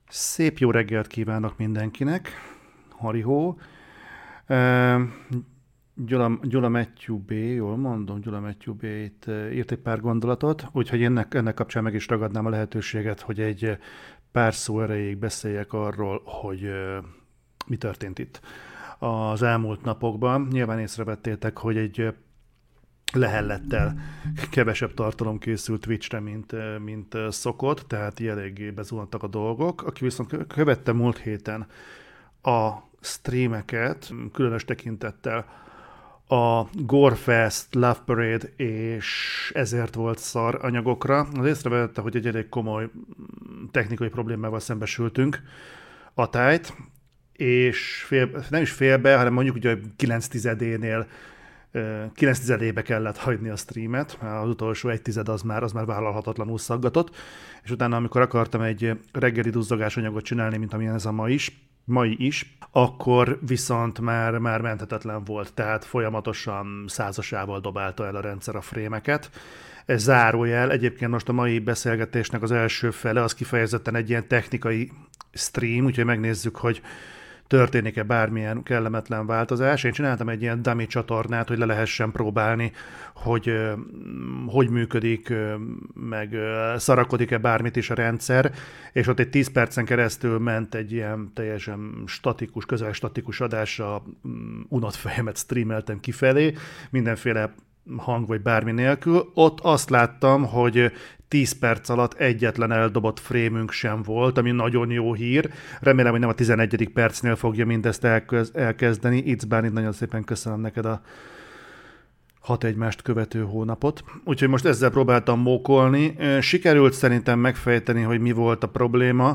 Szép jó reggelt kívánok mindenkinek. Harihó. Uh, Gyula Matthew B., jól mondom, Gyula Matthew B. itt írt egy pár gondolatot, úgyhogy ennek kapcsán meg is ragadnám a lehetőséget, hogy egy pár szó erejéig beszéljek arról, hogy mi történt itt az elmúlt napokban. Nyilván észrevettétek, hogy egy lehellettel kevesebb tartalom készült Twitchre, mint szokott, tehát eléggé bezuhantak a dolgok. Aki viszont követte múlt héten a streameket, különös tekintettel a Gorefest, Love Parade és ezért volt szar anyagokra, az észrevette, hogy egy elég komoly technikai problémával szembesültünk a tájt, és nem is félbe, hanem mondjuk ugye 9 tizedébe kellett hagyni a streamet, az utolsó 1/10 az már vállalhatatlanul szaggatott, és utána, amikor akartam egy reggeli duzzogás anyagot csinálni, mint amilyen ez a mai is, akkor viszont már menthetetlen volt, tehát folyamatosan százasával dobálta el a rendszer a frémeket. Ez zárójel, egyébként most a mai beszélgetésnek az első fele, az kifejezetten egy ilyen technikai stream, úgyhogy megnézzük, hogy történik-e bármilyen kellemetlen változás. Én csináltam egy ilyen dummy csatornát, hogy le lehessen próbálni, hogy működik, meg szarakodik-e bármit is a rendszer, és ott egy 10 percen keresztül ment egy ilyen teljesen statikus, közel statikus adás, a unott fejemet streameltem kifelé, mindenféle hang vagy bármi nélkül. Ott azt láttam, hogy 10 perc alatt egyetlen eldobott frémünk sem volt, ami nagyon jó hír. Remélem, hogy nem a 11. percnél fogja mindezt elkezdeni. Itzbán, itt nagyon szépen köszönöm neked a 6 egymást követő hónapot. Úgyhogy most ezzel próbáltam mókolni. Sikerült szerintem megfejteni, hogy mi volt a probléma,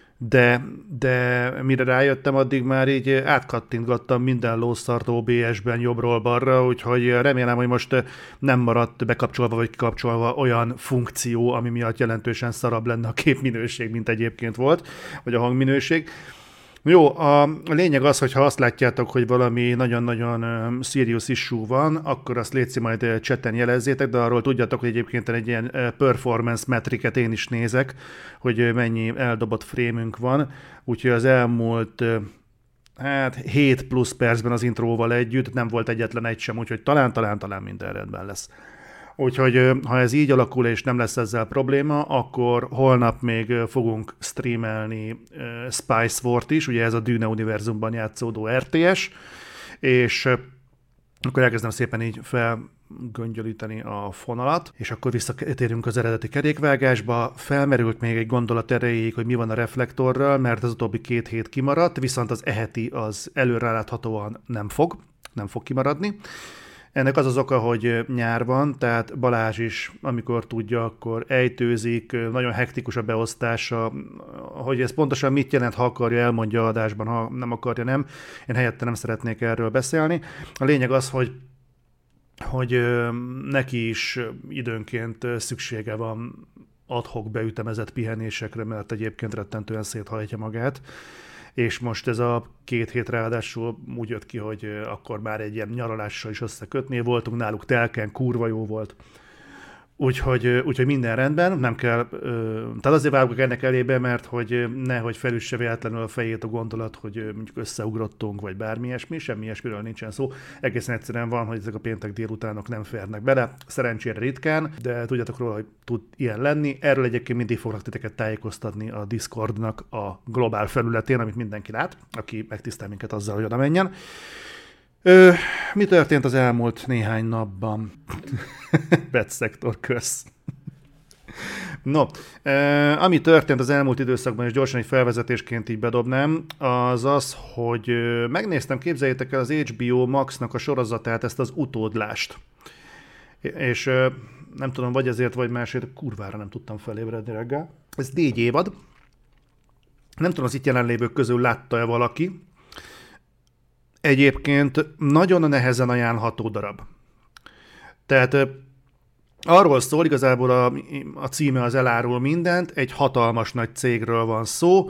de mire rájöttem, addig már így átkattintgattam minden lószart OBS-ben jobbról balra, úgyhogy remélem, hogy most nem maradt bekapcsolva vagy kikapcsolva olyan funkció, ami miatt jelentősen szarabb lenne a képminőség, mint egyébként volt, vagy a hangminőség. Jó, a lényeg az, hogy ha azt látjátok, hogy valami nagyon-nagyon serious issue van, akkor azt létszi majd chatten jelezzétek, de arról tudjátok, hogy egyébként egy ilyen performance metriket én is nézek, hogy mennyi eldobott frémünk van, úgyhogy az elmúlt 7 plusz percben az intróval együtt nem volt egyetlen egy sem, úgyhogy talán minden rendben lesz. Úgyhogy ha ez így alakul és nem lesz ezzel probléma, akkor holnap még fogunk streamelni Spice Wars is, ugye ez a Dune univerzumban játszódó RTS, és akkor elkezdem szépen így felgöngyölíteni a fonalat, és akkor visszatérünk az eredeti kerékvágásba. Felmerült még egy gondolat erejéig, hogy mi van a reflektorral, mert az utóbbi 2 hét kimaradt, viszont az eheti az előreláthatóan nem fog kimaradni. Ennek az az oka, hogy nyár van, tehát Balázs is, amikor tudja, akkor ejtőzik, nagyon hektikus a beosztása, hogy ez pontosan mit jelent, ha akarja, elmondja adásban, ha nem akarja, nem. Én helyette nem szeretnék erről beszélni. A lényeg az, hogy neki is időnként szüksége van ad-hoc beütemezett pihenésekre, mert egyébként rettentően széthajtja magát. És most ez a 2 hét ráadásul úgy jött ki, hogy akkor már egy ilyen nyaralással is összekötné. Voltunk náluk telken, kurva jó volt. Úgyhogy minden rendben, nem kell, tehát azért vágok ennek elébe, mert hogy nehogy felüsse véletlenül a fejét a gondolat, hogy mondjuk összeugrottunk, vagy bármi ilyesmi, semmi ilyesmiről nincsen szó. Egészen egyszerűen van, hogy ezek a péntek délutánok nem férnek bele, szerencsére ritkán, de tudjátok róla, hogy tud ilyen lenni. Erről egyébként mindig fognak titeket tájékoztatni a Discordnak a globál felületén, amit mindenki lát, aki megtisztel minket azzal, hogy oda menjen. Mi történt az elmúlt néhány napban? Betszektor, kösz. No, ami történt az elmúlt időszakban, és gyorsan egy felvezetésként így bedobnám, az az, hogy megnéztem, képzeljétek el az HBO Max-nak a sorozatát, ezt az Utódlást. És nem tudom, vagy ezért, vagy másért, kurvára nem tudtam felébredni reggel. Ez 4 évad. Nem tudom, az itt jelenlévők közül látta-e valaki. Egyébként nagyon nehezen ajánlható darab. Tehát arról szól, igazából a címe az elárul mindent, egy hatalmas nagy cégről van szó,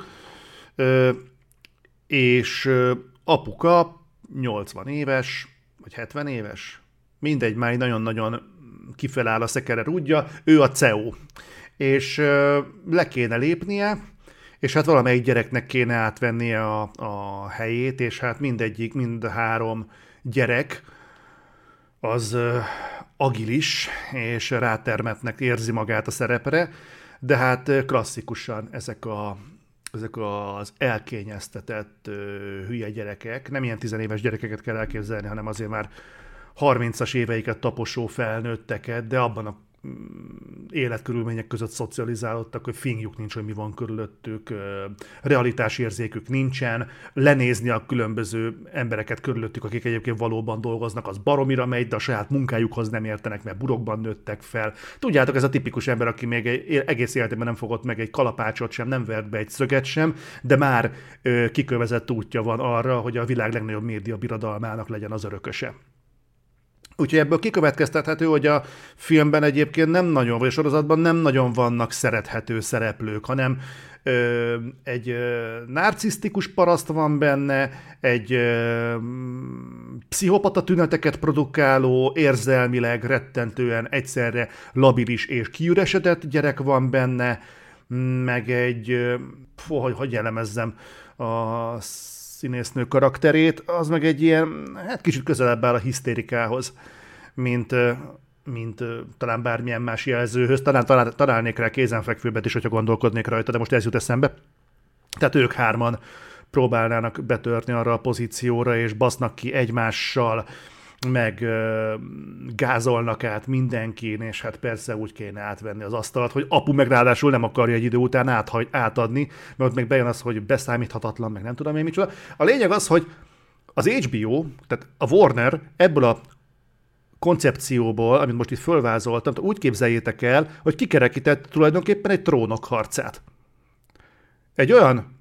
és apuka 80 éves, vagy 70 éves, mindegy, már nagyon-nagyon kifele áll a szekere rúdja, ő a CEO, és le kéne lépnie, és hát valamelyik gyereknek kéne átvennie a helyét, és hát mind a 3 gyerek az agilis, és rátermetnek érzi magát a szerepre, de hát klasszikusan ezek az elkényeztetett hülye gyerekek, nem ilyen 10 éves gyerekeket kell elképzelni, hanem azért már 30-as éveiket taposó felnőtteket, de abban a életkörülmények között szocializálódtak, hogy fingjuk nincs, hogy mi van körülöttük, realitásérzékük nincsen, lenézni a különböző embereket körülöttük, akik egyébként valóban dolgoznak, az baromira megy, de a saját munkájukhoz nem értenek, mert burokban nőttek fel. Tudjátok, ez a tipikus ember, aki még egész életében nem fogott meg egy kalapácsot sem, nem vert be egy szöget sem, de már kikövezett útja van arra, hogy a világ legnagyobb média birodalmának legyen az örököse. Úgyhogy ebből kikövetkeztethető, hogy a filmben egyébként nem nagyon, vagy a sorozatban nem nagyon vannak szerethető szereplők, hanem egy narcisztikus paraszt van benne, egy pszichopata tüneteket produkáló, érzelmileg rettentően egyszerre labilis és kiüresedett gyerek van benne, meg egy, hogy jellemezzem a színésznő karakterét, az meg egy ilyen, hát kicsit közelebb áll a hisztérikához, mint talán bármilyen más jelzőhöz. Találnék rá kézenfekvőbbet is, hogyha gondolkodnék rajta, de most ez jut eszembe. Tehát ők 3 próbálnának betörni arra a pozícióra, és basznak ki egymással, meg gázolnak át mindenkin, és hát persze úgy kéne átvenni az asztalt, hogy apu meg ráadásul nem akarja egy idő után átadni, mert ott meg bejön az, hogy beszámíthatatlan, meg nem tudom én micsoda. A lényeg az, hogy az HBO, tehát a Warner ebből a koncepcióból, amit most itt fölvázoltam, úgy képzeljétek el, hogy kikerekített tulajdonképpen egy Trónok harcát. Egy olyan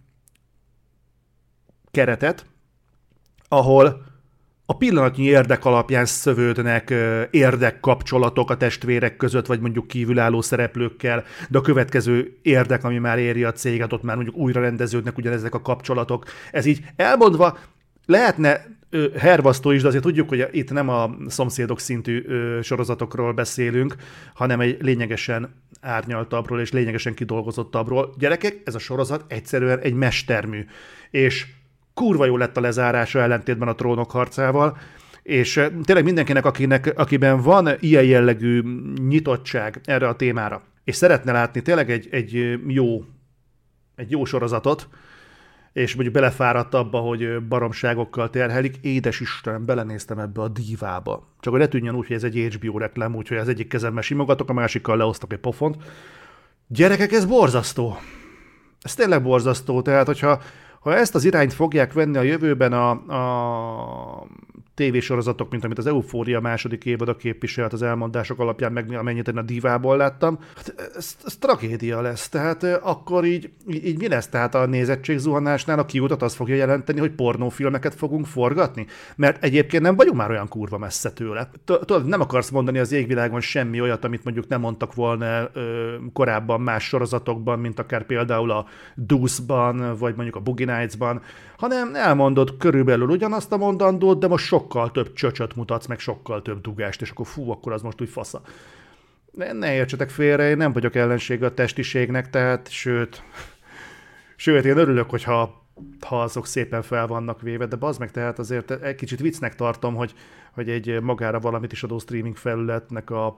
keretet, ahol a pillanatnyi érdek alapján szövődnek érdekkapcsolatok a testvérek között, vagy mondjuk kívülálló szereplőkkel, de a következő érdek, ami már éri a céget, ott már mondjuk újra rendeződnek ugyanezek a kapcsolatok. Ez így elmondva lehetne hervasztó is, de azért tudjuk, hogy itt nem a szomszédok szintű sorozatokról beszélünk, hanem egy lényegesen árnyaltabbról és lényegesen kidolgozottabbról. Gyerekek, ez a sorozat egyszerűen egy mestermű, és kurva jó lett a lezárása ellentétben a Trónok harcával, és tényleg mindenkinek, akiben van ilyen jellegű nyitottság erre a témára, és szeretne látni tényleg egy jó sorozatot, és mondjuk belefáradt abba, hogy baromságokkal terhelik, édes Istenem, belenéztem ebbe a dívába. Csak hogy ne tűnjön úgy, hogy ez egy HBO reklám, úgyhogy az egyik kezemben simogatok, a másikkal leosztok egy pofont. Gyerekek, ez borzasztó. Ez tényleg borzasztó, tehát hogyha ezt az irányt fogják venni a jövőben a tévésorozatok, mint amit az Eufória második évada képviselt az elmondások alapján, meg amennyit én a dívából láttam, hát ez tragédia lesz. Tehát akkor így mi lesz? Tehát a nézettségzuhanásnál a kiutat azt fogja jelenteni, hogy pornófilmeket fogunk forgatni? Mert egyébként nem vagyunk már olyan kurva messze tőle. Tudod, nem akarsz mondani az égvilágon semmi olyat, amit mondjuk nem mondtak volna korábban más sorozatokban, mint akár például a Deuce-ban, vagy mondjuk a Boogie Nights-ban, hanem elmondod körülbelül ugyanazt a mondandót, de most sokkal több csöcsöt mutatsz, meg sokkal több dugást, és akkor az most úgy fasza. Ne értsetek félre, én nem vagyok ellensége a testiségnek, tehát sőt, én örülök, hogyha azok szépen fel vannak véve, de bazd meg, tehát azért egy kicsit viccnek tartom, hogy egy magára valamit is adó streaming felületnek a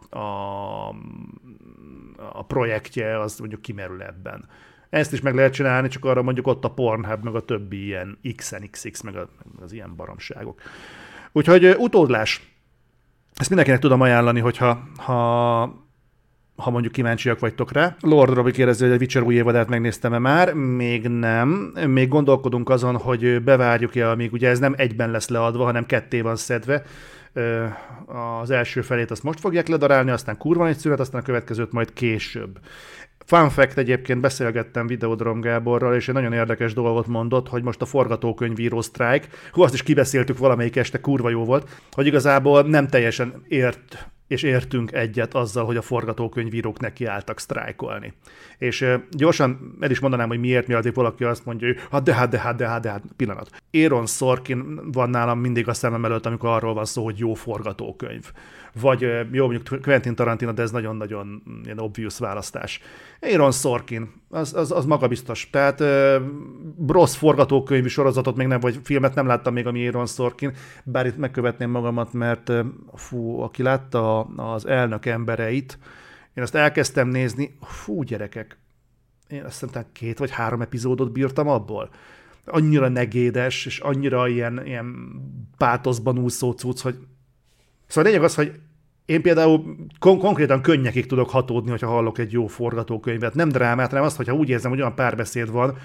projektje, az mondjuk kimerül ebben. Ezt is meg lehet csinálni, csak arra mondjuk ott a Pornhub, meg a többi ilyen XNXX, meg az ilyen baromságok. Úgyhogy utódlás. Ezt mindenkinek tudom ajánlani, hogyha mondjuk kíváncsiak vagytok rá. Lord Robi kérdezi, hogy a Witcher új évadát megnéztem-e már? Még nem. Még gondolkodunk azon, hogy bevárjuk-e, amíg ugye ez nem egyben lesz leadva, hanem 2 van szedve. Az első felét azt most fogják ledarálni, aztán kurva egy szünet, aztán a következőt majd később. Fun fact, egyébként beszélgettem Videodrom Gáborral, és egy nagyon érdekes dolgot mondott, hogy most a forgatókönyvíró sztrájk, azt is kibeszéltük valamelyik este, kurva jó volt, hogy igazából nem teljesen ért és értünk egyet azzal, hogy a forgatókönyvírók nekiálltak sztrájkolni. És gyorsan el is mondanám, hogy miért, mielőtt valaki azt mondja, hogy de hát, pillanat. Aaron Sorkin van nálam mindig a szemem előtt, amikor arról van szó, hogy jó forgatókönyv. Vagy jó, mondjuk Quentin Tarantino, de ez nagyon-nagyon ilyen obvious választás. Aaron Sorkin, az magabiztos. Tehát rossz forgatókönyvi sorozatot még nem, vagy filmet nem láttam még, ami Aaron Sorkin, bár itt megkövetném magamat, mert aki látta az Elnök embereit, én azt elkezdtem nézni, gyerekek, én azt hiszem 2 vagy 3 epizódot bírtam abból. Annyira negédes, és annyira ilyen pátoszban úszó cucc, hogy... Szóval a lényeg az, hogy én például konkrétan könnyekig tudok hatódni, hogyha hallok egy jó forgatókönyvet. Nem drámát, hanem azt, hogyha úgy érzem, hogy olyan párbeszéd van,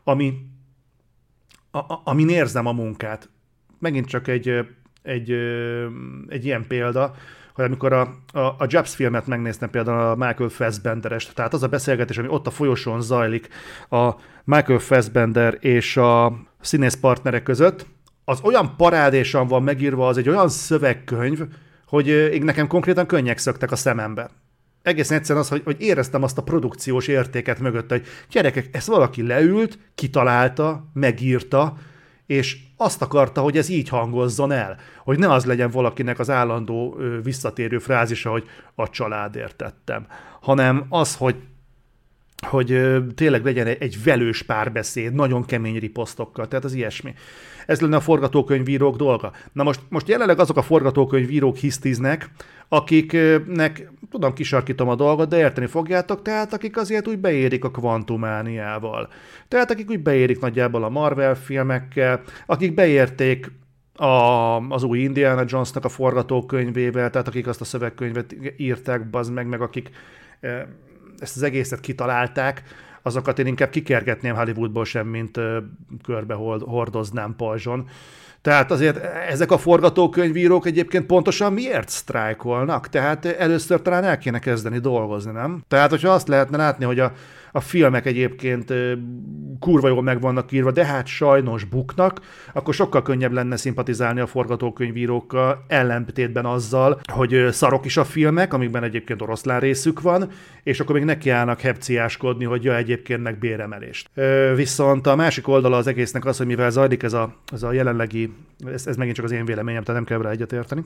amin érzem a munkát. Megint csak egy ilyen példa, hogy amikor a Jobs filmet megnéztem, például a Michael Fassbenderest, tehát az a beszélgetés, ami ott a folyosón zajlik a Michael Fassbender és a színész partnerek között, az olyan parádésan van megírva, az egy olyan szövegkönyv, hogy nekem konkrétan könnyek szöktek a szemembe. Egészen egyszerűen az, hogy éreztem azt a produkciós értéket mögött, hogy gyerekek, ezt valaki leült, kitalálta, megírta, és azt akarta, hogy ez így hangozzon el. Hogy ne az legyen valakinek az állandó visszatérő frázisa, hogy a családért tettem, hanem az, hogy tényleg legyen egy velős párbeszéd, nagyon kemény riposztokkal, tehát az ilyesmi. Ez lenne a forgatókönyvírók dolga. Na most jelenleg azok a forgatókönyvírók hisztiznek, akiknek, tudom, kisarkítom a dolgot, de érteni fogjátok, tehát akik azért úgy beérik a kvantumániával. Tehát akik úgy beérik nagyjából a Marvel filmekkel, akik beérték az új Indiana Jonesnak a forgatókönyvével, tehát akik azt a szövegkönyvet írták, bazd meg akik ezt az egészet kitalálták, azokat én inkább kikergetném Hollywoodból sem, mint körbe hordoznám pajzson. Tehát azért ezek a forgatókönyvírók egyébként pontosan miért sztrájkolnak? Tehát először talán el kéne kezdeni dolgozni, nem? Tehát, hogyha azt lehetne látni, hogy a filmek egyébként kurva jól meg vannak írva, de hát sajnos buknak, akkor sokkal könnyebb lenne szimpatizálni a forgatókönyvírókkal, ellentétben azzal, hogy szarok is a filmek, amikben egyébként oroszlán részük van, és akkor még nekiállnak hepciáskodni, hogy egyébként meg béremelést. Viszont a másik oldala az egésznek az, hogy mivel zajlik ez a jelenlegi, ez megint csak az én véleményem, tehát nem kell rá egyetérteni,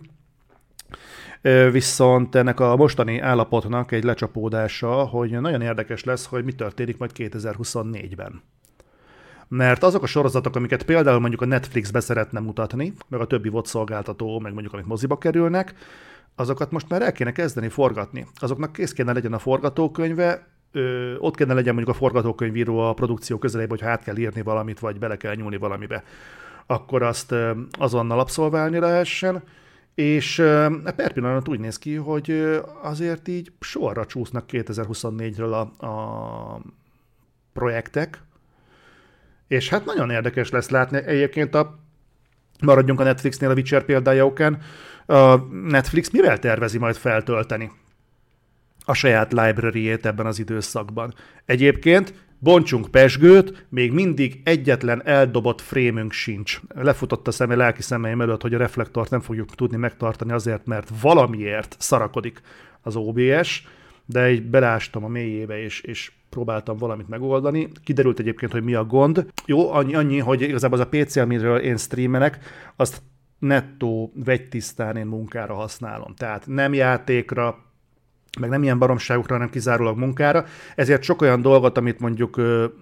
viszont ennek a mostani állapotnak egy lecsapódása, hogy nagyon érdekes lesz, hogy mi történik majd 2024-ben. Mert azok a sorozatok, amiket például mondjuk a Netflixbe szeretne mutatni, meg a többi VOD szolgáltató, meg mondjuk amik moziba kerülnek, azokat most már el kéne kezdeni forgatni. Azoknak kész kéne legyen a forgatókönyve, ott kéne legyen mondjuk a forgatókönyvíró a produkció közelében, hogyha át kell írni valamit, vagy bele kell nyúlni valamibe, akkor azt azonnal abszolválni lehessen. És per pillanat úgy néz ki, hogy azért így sorra csúsznak 2024-ről a projektek, és hát nagyon érdekes lesz látni. Egyébként maradjunk a Netflixnél a Witcher példája okán, a Netflix mivel tervezi majd feltölteni a saját library-ét ebben az időszakban? Egyébként bontsunk pezsgőt, még mindig egyetlen eldobott frémünk sincs. Lefutott a lelki szemeim előtt, hogy a reflektort nem fogjuk tudni megtartani azért, mert valamiért szarakodik az OBS, de így belástam a mélyébe, és próbáltam valamit megoldani. Kiderült egyébként, hogy mi a gond. Jó, annyi, hogy igazából az a PC, amiről én streamelek, azt nettó vegytisztán én munkára használom. Tehát nem játékra, meg nem ilyen baromságokra, hanem kizárólag munkára. Ezért sok olyan dolgot, amit mondjuk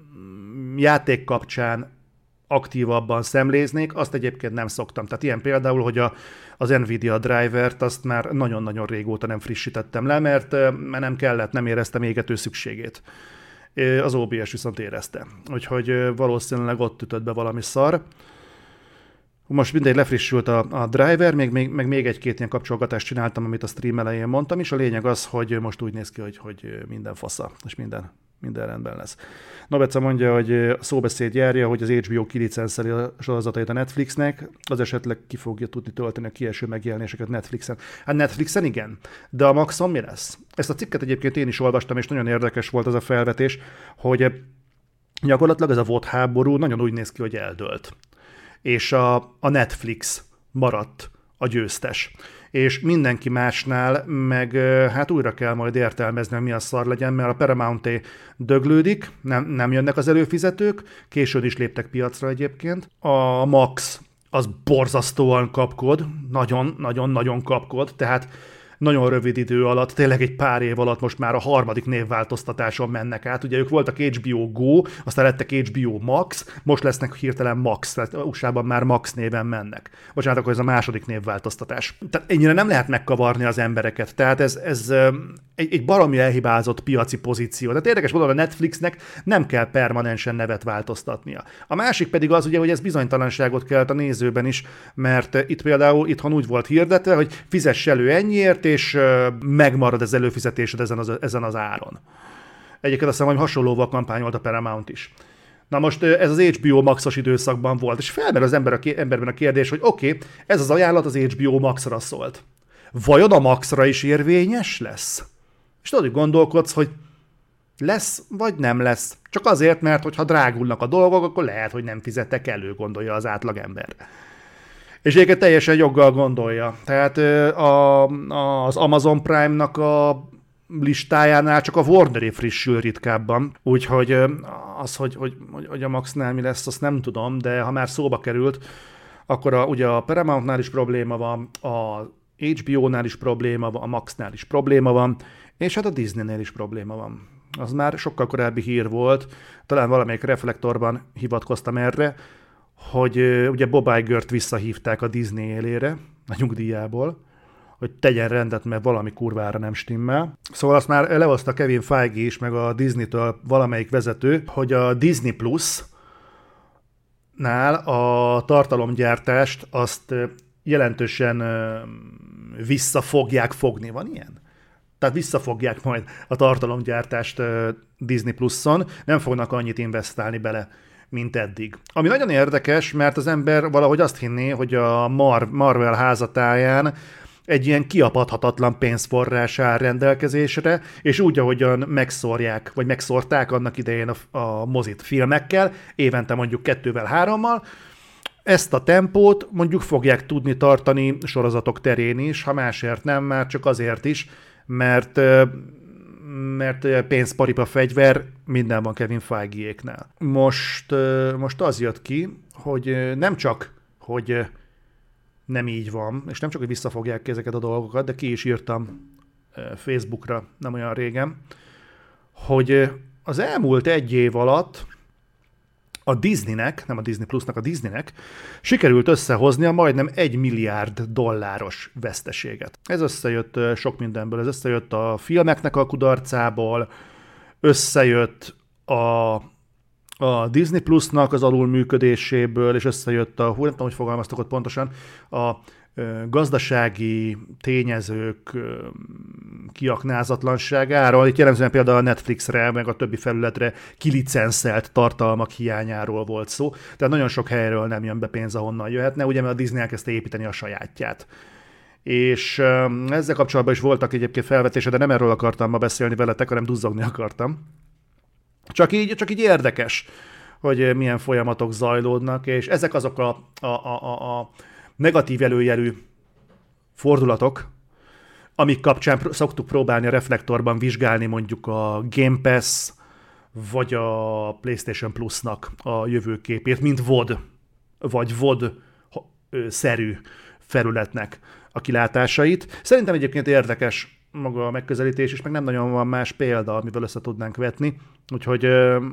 játék kapcsán aktívabban szemléznék, azt egyébként nem szoktam. Tehát ilyen például, hogy az Nvidia drivert azt már nagyon-nagyon régóta nem frissítettem le, mert nem kellett, nem éreztem égető szükségét. Az OBS viszont érezte. Úgyhogy valószínűleg ott ütött be valami szar. Most mindegy, lefrissült a driver, meg még egy-két ilyen kapcsolgatást csináltam, amit a stream elején mondtam, és a lényeg az, hogy most úgy néz ki, hogy minden fasza, és minden rendben lesz. Nobeca mondja, hogy a szóbeszéd járja, hogy az HBO kilicenszeli a sorozatait a Netflixnek, az esetleg ki fogja tudni tölteni a kieső megjelenéseket Netflixen. Hát Netflixen igen, de a Maxon mi lesz? Ezt a cikket egyébként én is olvastam, és nagyon érdekes volt az a felvetés, hogy gyakorlatilag ez a VOD háború nagyon úgy néz ki, hogy eldőlt. És a Netflix maradt a győztes. és mindenki másnál meg hát újra kell majd értelmezni, hogy mi a szar legyen, mert a Paramount-é döglődik, nem jönnek az előfizetők, későn is léptek piacra egyébként. A Max az borzasztóan kapkod, nagyon-nagyon kapkod, tehát nagyon rövid idő alatt, tényleg egy pár év alatt most már a harmadik névváltoztatáson mennek át. Ugye ők voltak HBO Go, aztán lettek HBO Max, most lesznek hirtelen Max, tehát USA-ban már Max néven mennek. Bocsánat, akkor ez a második névváltoztatás. Tehát ennyire nem lehet megkavarni az embereket. Tehát ez egy baromi elhibázott piaci pozíció. Tehát érdekes módon a Netflixnek nem kell permanensen nevet változtatnia. A másik pedig az, ugye, hogy ez bizonytalanságot kelt a nézőben is, mert itt például itthon úgy volt hirdetve, hogy fizess elő ennyiért, és megmarad az előfizetésed ezen az áron. Egyébként azt hiszem, hogy hasonlóval kampányolt a Paramount is. Na most ez az HBO Max-os időszakban volt, és felmerül az emberben a kérdés, hogy oké, ez az ajánlat az HBO Max-ra szólt. Vajon a Max-ra is érvényes lesz? És tudod, hogy gondolkodsz, hogy lesz, vagy nem lesz. Csak azért, mert hogyha drágulnak a dolgok, akkor lehet, hogy nem fizettek elő, gondolja az átlagember. És egyébként teljesen joggal gondolja. Tehát az Amazon Prime-nak a listájánál csak a Warner-é frissül ritkábban. Úgyhogy az, hogy a Maxnál mi lesz, azt nem tudom, de ha már szóba került, akkor ugye a Paramountnál is probléma van, a HBO-nál is probléma van, a Maxnál is probléma van, és hát a Disneynél is probléma van. Az már sokkal korábbi hír volt, talán valamelyik reflektorban hivatkoztam erre, hogy ugye Bob Igert visszahívták a Disney élére, a nyugdíjából, hogy tegyen rendet, mert valami kurvára nem stimmel. Szóval azt már lehozta Kevin Feige is, meg a Disney-től valamelyik vezető, hogy a Disney Plus-nál a tartalomgyártást azt jelentősen vissza fogják fogni. Van ilyen? Tehát visszafogják majd a tartalomgyártást Disney Plus-on, nem fognak annyit investálni bele, mint eddig. Ami nagyon érdekes, mert az ember valahogy azt hinné, hogy a Marvel házatáján egy ilyen kiapadhatatlan pénzforrás áll rendelkezésre, és úgy, ahogyan megszórják, vagy megszórták annak idején a mozit filmekkel, évente mondjuk 2-3-mal, ezt a tempót mondjuk fogják tudni tartani sorozatok terén is, ha másért nem, már csak azért is, mert pénzparipa fegyver minden van Kevin Feige-éknál. Most az jött ki, hogy nem csak, hogy nem így van, és nem csak, hogy visszafogják ki ezeket a dolgokat, de ki is írtam Facebookra nem olyan régen, hogy az elmúlt egy év alatt a Disneynek, nem a Disney Plusnak, a Disneynek sikerült összehoznia majdnem $1 milliárd veszteséget. Ez összejött sok mindenből, ez összejött a filmeknek a kudarcából, összejött a Disney Plusnak az alulműködéséből, és összejött nem tudom, hogy fogalmaztak ott pontosan, a gazdasági tényezők kiaknázatlanságáról, itt jellemzően például a Netflixre, meg a többi felületre kilicenszelt tartalmak hiányáról volt szó, tehát nagyon sok helyről nem jön be pénz, ahonnan jöhetne, ugye, mert a Disney elkezdte építeni a sajátját. És ezzel kapcsolatban is voltak egyébként felvetése, de nem erről akartam ma beszélni veletek, hanem duzzogni akartam. Csak így érdekes, hogy milyen folyamatok zajlódnak, és ezek azok a negatív előjelű fordulatok, amik kapcsán szoktuk próbálni a reflektorban vizsgálni mondjuk a Game Pass vagy a PlayStation Plus-nak a jövőképét, mint VOD, vagy VOD-szerű felületnek a kilátásait. Szerintem egyébként érdekes maga a megközelítés, és meg nem nagyon van más példa, amivel össze tudnánk vetni, úgyhogy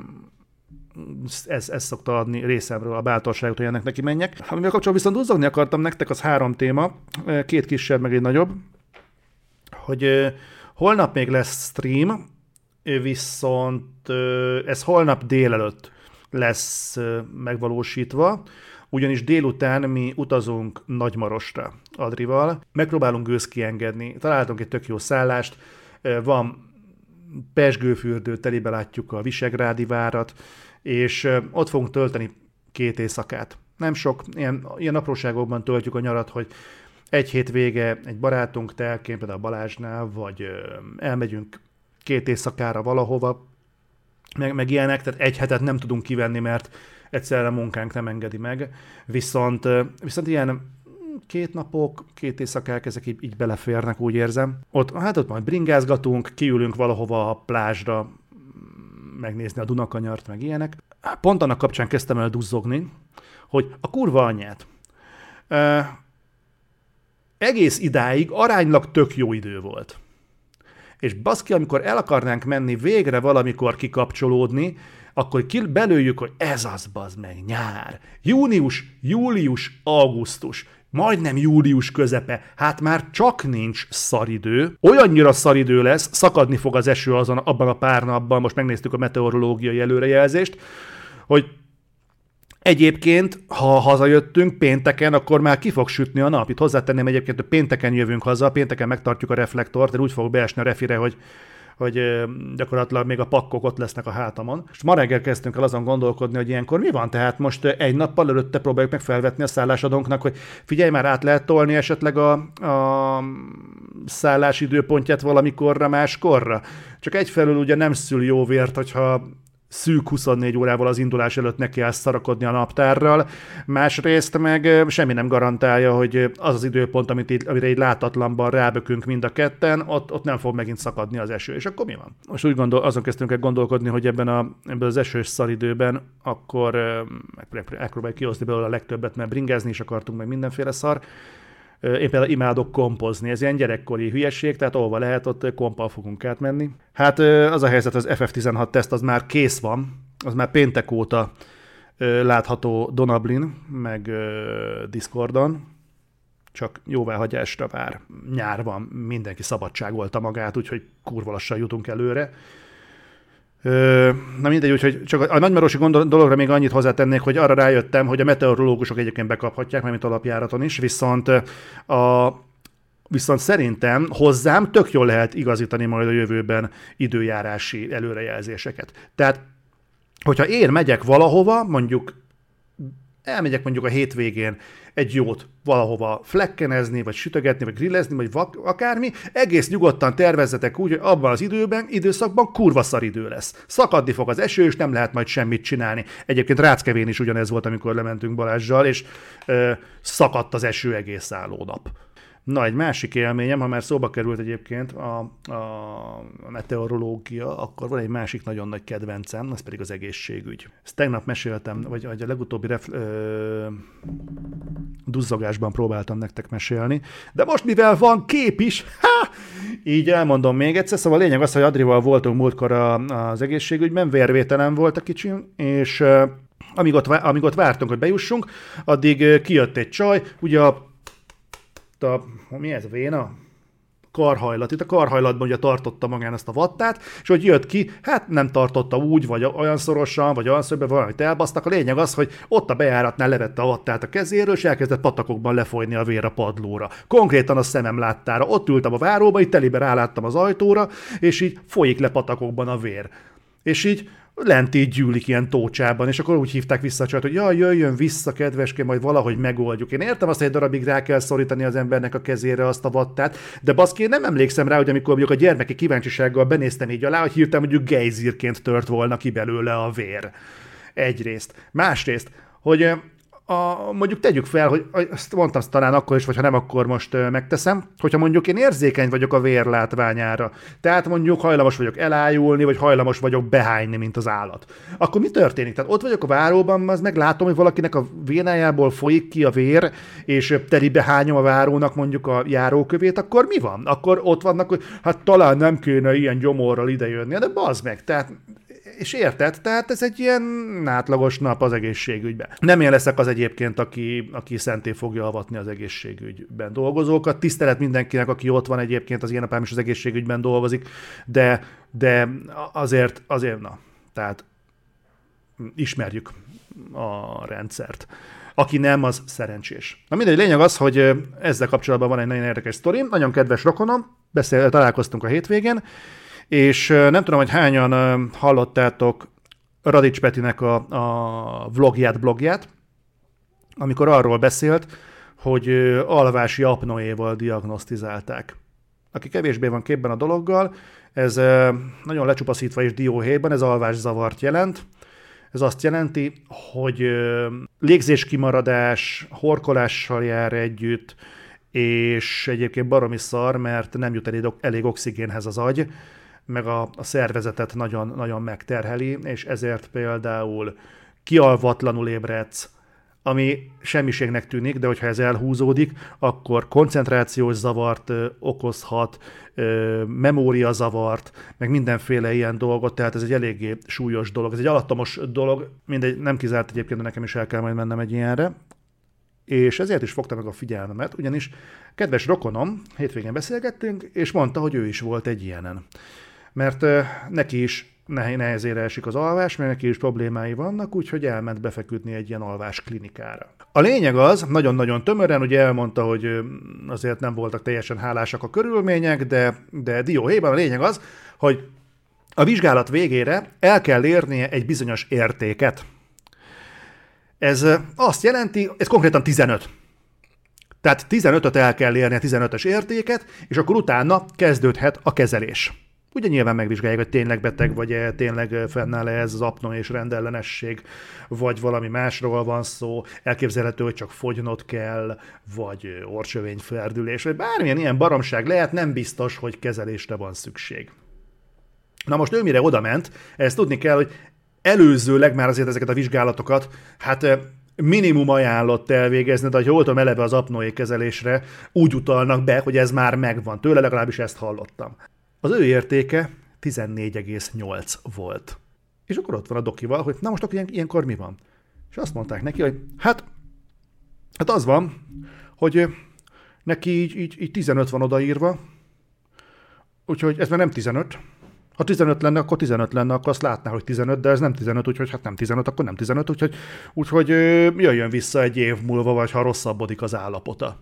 ez szokta adni részemről a bátorságot, hogy ennek neki menjek. Amivel kapcsolatban viszont duzzogni akartam nektek, az 3 téma, 2 kisebb, meg egy nagyobb, hogy holnap még lesz stream, viszont ez holnap délelőtt lesz megvalósítva, ugyanis délután mi utazunk Nagymarostra Adrival, megpróbálunk gőzt kiengedni, találtunk egy tök jó szállást, van pezsgőfürdő, telibe látjuk a Visegrádi várat, és ott fogunk tölteni 2 éjszakát. Nem sok, ilyen apróságokban töltjük a nyarat, hogy egy hétvége egy barátunk telkén, például a Balázsnál, vagy elmegyünk 2 éjszakára valahova, meg ilyenek, tehát egy hetet nem tudunk kivenni, mert egyszerűen a munkánk nem engedi meg. Viszont ilyen 2 napok, 2 éjszakák, ezek így beleférnek, úgy érzem. Ott majd bringázgatunk, kiülünk valahova a plázsra, megnézni a Dunakanyart, meg ilyenek. Pont annak kapcsán kezdtem el duzzogni, hogy a kurva anyját. Egész idáig aránylag tök jó idő volt. És baszki, amikor el akarnánk menni végre valamikor kikapcsolódni, akkor belőjük, hogy ez az, bazd meg, nyár. Június, július, augusztus. Majdnem július közepe. Hát már csak nincs szaridő. Olyannyira szaridő lesz, szakadni fog az eső abban a pár napban, most megnéztük a meteorológiai előrejelzést, hogy egyébként, ha hazajöttünk pénteken, akkor már ki fog sütni a nap. Itt hozzátenném egyébként, hogy pénteken jövünk haza, pénteken megtartjuk a reflektort, de úgy fog beesni a refire, hogy gyakorlatilag még a pakkok ott lesznek a hátamon. És ma reggel kezdtünk el azon gondolkodni, hogy ilyenkor mi van, tehát most egy nappal előtte próbáljuk meg felvetni a szállásadónknak, hogy figyelj már, át lehet tolni esetleg a szállás időpontját valamikorra, máskorra. Csak egyfelől ugye nem szül jó vért, hogyha szűk 24 órával az indulás előtt neki állsz szarakodni a naptárral, másrészt meg semmi nem garantálja, hogy az az időpont, amire így látatlanban rábökünk mind a ketten, ott nem fog megint szakadni az eső, és akkor mi van? Most azon kezdtünk el gondolkodni, hogy ebben az esős szaridőben akkor megpróbáljuk kihozni belőle a legtöbbet, mert bringázni is akartunk, meg mindenféle szar. Én például imádok kompozni, ez ilyen gyerekkori hülyeség, tehát ahova lehet, ott kompal fogunk átmenni. Hát az a helyzet, az FF16 teszt az már kész van, az már péntek óta látható Donablin, meg Discordon, csak jóváhagyásra vár. Nyár van, mindenki szabadságolta magát, úgyhogy kurva lassan jutunk előre. Na mindegy, úgyhogy csak a nagymarosi dologra még annyit hozzátennék, hogy arra rájöttem, hogy a meteorológusok egyébként bekaphatják, mint alapjáraton is, viszont szerintem hozzám tök jól lehet igazítani majd a jövőben időjárási előrejelzéseket. Tehát, hogyha én megyek valahova, elmegyek mondjuk a hétvégén egy jót valahova flekkenezni, vagy sütögetni, vagy grillezni, vagy akármi, egész nyugodtan tervezzetek úgy, hogy abban az időszakban kurva szar idő lesz. Szakadni fog az eső, és nem lehet majd semmit csinálni. Egyébként Ráckevén is ugyanez volt, amikor lementünk Balázssal, és szakadt az eső egész álló nap. Na, egy másik élményem, ha már szóba került egyébként a meteorológia, akkor van egy másik nagyon nagy kedvencem, az pedig az egészségügy. Ezt tegnap meséltem, vagy a legutóbbi duzzogásban próbáltam nektek mesélni, de most mivel van kép is, így elmondom még egyszer, szóval a lényeg az, hogy Adrival voltunk múltkor az egészségügyben, vérvételen volt a kicsim, és amíg ott vártunk, hogy bejussunk, addig kijött egy csaj, ugye mi ez, a véna? Karhajlat. Itt a karhajlatban ugye tartotta magán ezt a vattát, és hogy jött ki, hát nem tartotta úgy, vagy olyan szorosan, vagy olyan szögben, valamit elbasztak. A lényeg az, hogy ott a bejáratnál levette a vattát a kezéről, és elkezdett patakokban lefolyni a vér a padlóra. Konkrétan a szemem láttára. Ott ültem a váróba, így telibe ráláttam az ajtóra, és így folyik le patakokban a vér. És így lent így gyűlik ilyen tócsában, és akkor úgy hívták vissza a csajt, hogy jaj, jöjjön vissza, kedveském, majd valahogy megoldjuk. Én értem azt, hogy egy darabig rá kell szorítani az embernek a kezére azt a vattát, de baszki, én nem emlékszem rá, hogy amikor mondjuk a gyermeki kíváncsisággal benéztem így alá, hogy hirtelen mondjuk gejzírként tört volna ki belőle a vér. Egyrészt. Másrészt, hogy mondjuk tegyük fel, hogy azt mondtam talán akkor is, vagy ha nem, akkor most megteszem, hogyha mondjuk én érzékeny vagyok a vér látványára, tehát mondjuk hajlamos vagyok elájulni, vagy hajlamos vagyok behányni, mint az állat. Akkor mi történik? Tehát ott vagyok a váróban, az meglátom, hogy valakinek a vénájából folyik ki a vér, és telibe hányom a várónak mondjuk a járókövét, akkor mi van? Akkor ott vannak, hogy hát talán nem kéne ilyen gyomorral idejönni, de bazd meg, tehát és érted? Tehát ez egy ilyen átlagos nap az egészségügyben. Nem én leszek az egyébként, aki szentén fogja avatni az egészségügyben dolgozókat. Tisztelet mindenkinek, aki ott van egyébként, az én apám is az egészségügyben dolgozik, de azért na, tehát ismerjük a rendszert. Aki nem, az szerencsés. Na mindegy, lényeg az, hogy ezzel kapcsolatban van egy nagyon érdekes sztorim. Nagyon kedves rokonom, találkoztunk a hétvégén, és nem tudom, hogy hányan hallottátok Radics Petinek a blogját, amikor arról beszélt, hogy alvási apnoéval diagnosztizálták. Aki kevésbé van képben a dologgal, ez nagyon lecsupaszítva és dióhéjban, ez alvászavart jelent. Ez azt jelenti, hogy légzéskimaradás, horkolással jár együtt, és egyébként baromi szar, mert nem jut elég oxigénhez az agy, meg a szervezetet nagyon, nagyon megterheli, és ezért például kialvatlanul ébredsz, ami semmiségnek tűnik, de hogyha ez elhúzódik, akkor koncentrációs zavart okozhat, memóriazavart, meg mindenféle ilyen dolgot, tehát ez egy eléggé súlyos dolog. Ez egy alattomos dolog, mindegy, nem kizárt egyébként, de nekem is el kell majd mennem egy ilyenre. És ezért is fogta meg a figyelmemet, ugyanis kedves rokonom, hétvégén beszélgettünk, és mondta, hogy ő is volt egy ilyenen. Mert neki is nehezére esik az alvás, mert neki is problémái vannak, úgyhogy elment befeküdni egy ilyen alvás klinikára. A lényeg az, nagyon-nagyon tömören, ugye elmondta, hogy azért nem voltak teljesen hálásak a körülmények, de dióhéjban a lényeg az, hogy a vizsgálat végére el kell érnie egy bizonyos értéket. Ez azt jelenti, ez konkrétan 15. Tehát 15-öt el kell érni, a 15-ös értéket, és akkor utána kezdődhet a kezelés. Ugye nyilván megvizsgálják, hogy tényleg beteg vagy-e, tényleg fennáll-e ez az apnoe és rendellenesség, vagy valami másról van szó, elképzelhető, hogy csak fogynod kell, vagy orrsövényferdülés, vagy bármilyen ilyen baromság lehet, nem biztos, hogy kezelésre van szükség. Na most ő mire odament, ezt tudni kell, hogy előzőleg már azért ezeket a vizsgálatokat, hát minimum ajánlott elvégezni, de ha voltam eleve az apnoe kezelésre, úgy utalnak be, hogy ez már megvan. Tőle legalábbis ezt hallottam. Az ő értéke 14,8 volt. És akkor ott van a dokival, hogy na most akkor ilyenkor mi van? És azt mondták neki, hogy hát az van, hogy neki így 15 van odaírva, úgyhogy ez már nem 15. Ha 15 lenne, akkor 15 lenne, akkor azt látná, hogy 15, de ez nem 15, úgyhogy hát nem 15, akkor nem 15, úgyhogy jöjjön vissza egy év múlva, vagy ha rosszabbodik az állapota.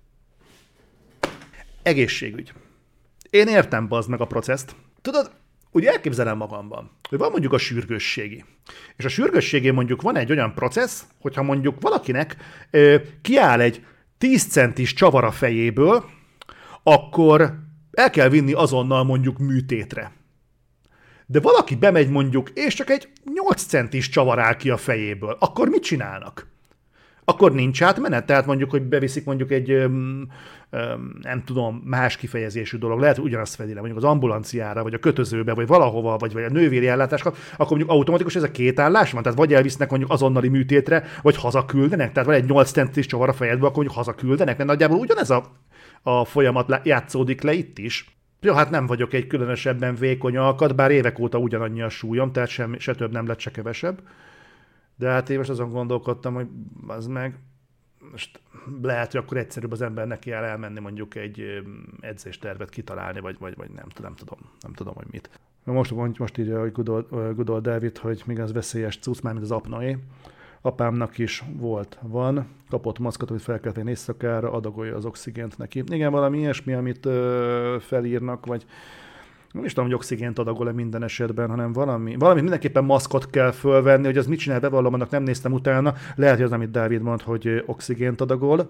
Egészségügy. Én értem bazd meg a processzt. Tudod, úgy elképzelem magamban, hogy van mondjuk a sürgősségi. És a sürgősségén mondjuk van egy olyan processz, hogyha mondjuk valakinek kiáll egy 10 centis csavar a fejéből, akkor el kell vinni azonnal mondjuk műtétre. De valaki bemegy mondjuk, és csak egy 8 centis csavar áll ki a fejéből, akkor mit csinálnak? Akkor nincs átmenet? Tehát mondjuk, hogy beviszik mondjuk egy, nem tudom, más kifejezésű dolog, lehet, hogy ugyanazt fedi le, mondjuk az ambulanciára, vagy a kötözőbe, vagy valahova, vagy a nővéri ellátásra, akkor mondjuk automatikus ez a két állás van? Tehát vagy elvisznek mondjuk azonnali műtétre, vagy hazaküldenek? Tehát van egy 8 centis csavar a fejedbe, akkor mondjuk hazaküldenek? Mert nagyjából ugyanez a folyamat játszódik le itt is. Ja, hát nem vagyok egy különösebben vékony alkat, bár évek óta ugyanannyi a súlyom, tehát se több nem lett, se kevesebb. De hát én most azon gondolkodtam, hogy az meg, most lehet, hogy akkor egyszerűbb az embernek kell elmenni mondjuk egy edzéstervet kitalálni, vagy nem tudom, hogy mit. Most írja, hogy Good old David, hogy még az veszélyes cucc, már mint az apnoe. Apámnak is van, kapott maszkot, amit fel kell tenni éjszakára, adagolja az oxigént neki. Igen, valami ilyesmi, amit felírnak, vagy nem is tudom, hogy oxigént adagol-e minden esetben, hanem valami mindenképpen maszkot kell fölvenni, hogy az mit csinál, bevallom, annak nem néztem utána. Lehet, hogy az, amit Dávid mond, hogy oxigént adagol,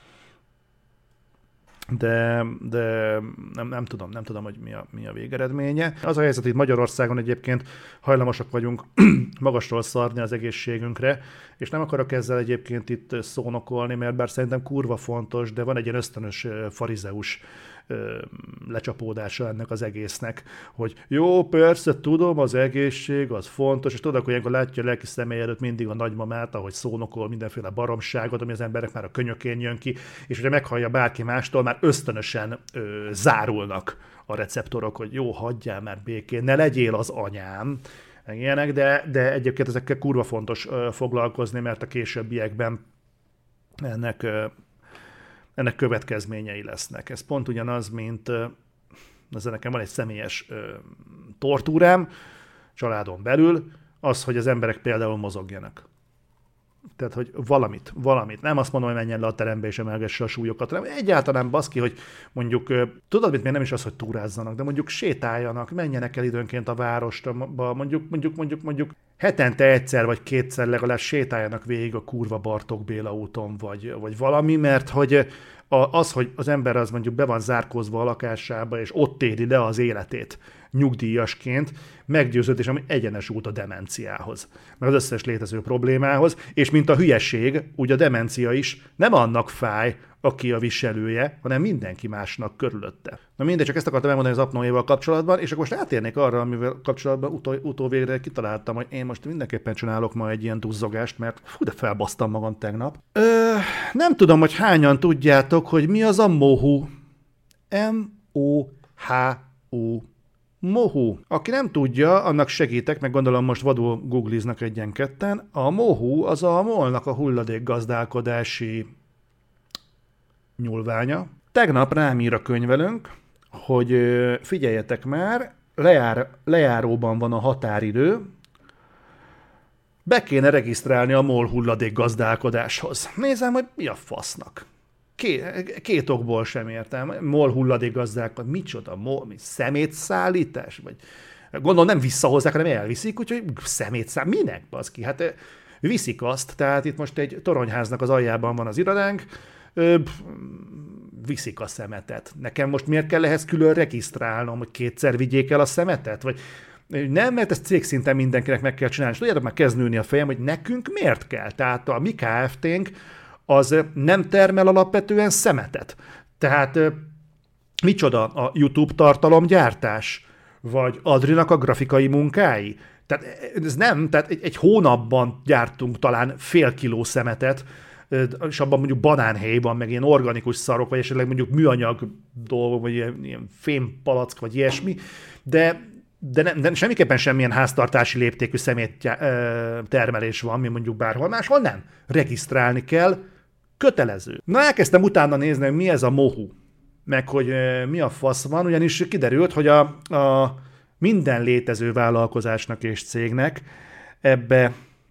de nem tudom, hogy mi a végeredménye. Az a helyzet, hogy Magyarországon egyébként hajlamosak vagyunk magasról szarni az egészségünkre, és nem akarok ezzel egyébként itt szónokolni, mert bár szerintem kurva fontos, de van egy ilyen ösztönös farizeus lecsapódása ennek az egésznek, hogy jó, persze, tudom, az egészség, az fontos, és tudod, hogy ilyenkor látja a lelki személy előtt mindig a nagymamát, ahogy szónokol mindenféle baromságot, ami az emberek már a könyökén jön ki, és hogyha meghallja bárki mástól, már ösztönösen zárulnak a receptorok, hogy jó, hagyjál már békén, ne legyél az anyám, meg ilyenek, de egyébként ezekkel kurva fontos foglalkozni, mert a későbbiekben ennek következményei lesznek. Ez pont ugyanaz, mint ezzel nekem van egy személyes tortúrám családon belül, az, hogy az emberek például mozogjanak. Tehát, hogy valamit. Nem azt mondom, hogy menjen le a terembe és emelgesse a súlyokat, hanem egyáltalán baszki, hogy mondjuk, tudod, mit még nem is az, hogy túrázzanak, de mondjuk sétáljanak, menjenek el időnként a városba, mondjuk hetente egyszer vagy kétszer legalább sétáljanak végig a kurva Bartók Béla úton, vagy valami, mert hogy az, hogy az ember az mondjuk be van zárkózva a lakásába, és ott éli le az életét nyugdíjasként meggyőződésem, hogy egyenes út a demenciához, meg az összes létező problémához, és mint a hülyeség, úgy a demencia is nem annak fáj, aki a viselője, hanem mindenki másnak körülötte. Na mindegy, csak ezt akartam elmondani az apnoéval kapcsolatban, és akkor most átérnék arra, amivel kapcsolatban utóvégre kitaláltam, hogy én most mindenképpen csinálok ma egy ilyen duzzogást, mert de felbasztam magam tegnap. Nem tudom, hogy hányan tudjátok, hogy mi az a mohu. M-O-H-U. Mohu. Aki nem tudja, annak segítek, meg gondolom most vadul googliznak egyen-ketten. A mohu az a molnak a hulladékgazdálkodási nyúlványa. Tegnap rám ír a könyvelőnk, hogy figyeljetek már, lejáróban van a határidő, be kéne regisztrálni a MOL hulladékgazdálkodáshoz. Nézem, hogy mi a fasznak. Két okból sem értem. MOL hulladékgazdálkodás, micsoda? Szemétszállítás? Vagy gondolom nem visszahozzák, hanem elviszik, úgyhogy szemétszállítás. Minek, baszki? Hát viszik azt, tehát itt most egy toronyháznak az aljában van az irodánk, viszik a szemetet. Nekem most miért kell ehhez külön regisztrálnom, hogy kétszer vigyék el a szemetet? Vagy nem, mert ezt cégszinten mindenkinek meg kell csinálni. És tudjátok, már kezd nőni a fejem, hogy nekünk miért kell? Tehát a mi Kft-nk az nem termel alapvetően szemetet. Tehát micsoda a YouTube tartalomgyártás? Vagy Adrinak a grafikai munkái? Tehát ez nem, tehát egy hónapban gyártunk talán fél kiló szemetet, és abban mondjuk banánhéj van, meg ilyen organikus szarok, vagy esetleg mondjuk műanyag dolgok, vagy ilyen fémpalack, vagy ilyesmi, de semmiképpen semmilyen háztartási léptékű szemét termelés van, mi mondjuk bárhol máshol, nem. Regisztrálni kell, kötelező. Na, elkezdtem utána nézni, hogy mi ez a mohu, meg hogy mi a fasz van, ugyanis kiderült, hogy a minden létező vállalkozásnak és cégnek ebbe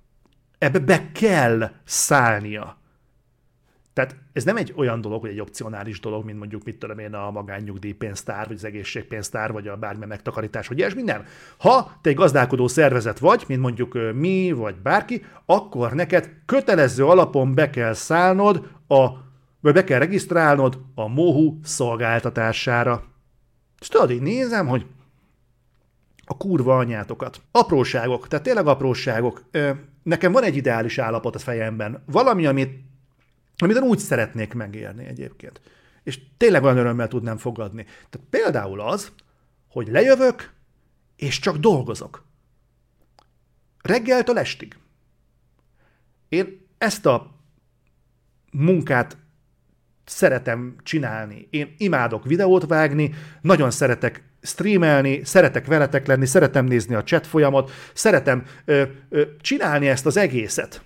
be kell szállnia. Tehát ez nem egy olyan dolog, hogy egy opcionális dolog, mint mondjuk, mit tudom én, a magánnyugdíjpénztár, vagy az egészségpénztár, vagy a bármilyen megtakarítás, vagy ilyesmi, nem. Ha te egy gazdálkodó szervezet vagy, mint mondjuk mi, vagy bárki, akkor neked kötelező alapon be kell szállnod, vagy be kell regisztrálnod a MOHU szolgáltatására. És tudod, így nézem, hogy a kurva anyátokat. Apróságok, tehát tényleg apróságok. Nekem van egy ideális állapot a fejemben. Valami, amit úgy szeretnék megélni egyébként. És tényleg olyan örömmel tudnám fogadni. Tehát például az, hogy lejövök, és csak dolgozok. Reggeltől estig. Én ezt a munkát szeretem csinálni. Én imádok videót vágni, nagyon szeretek streamelni, szeretek veletek lenni, szeretem nézni a chat folyamot, szeretem csinálni ezt az egészet.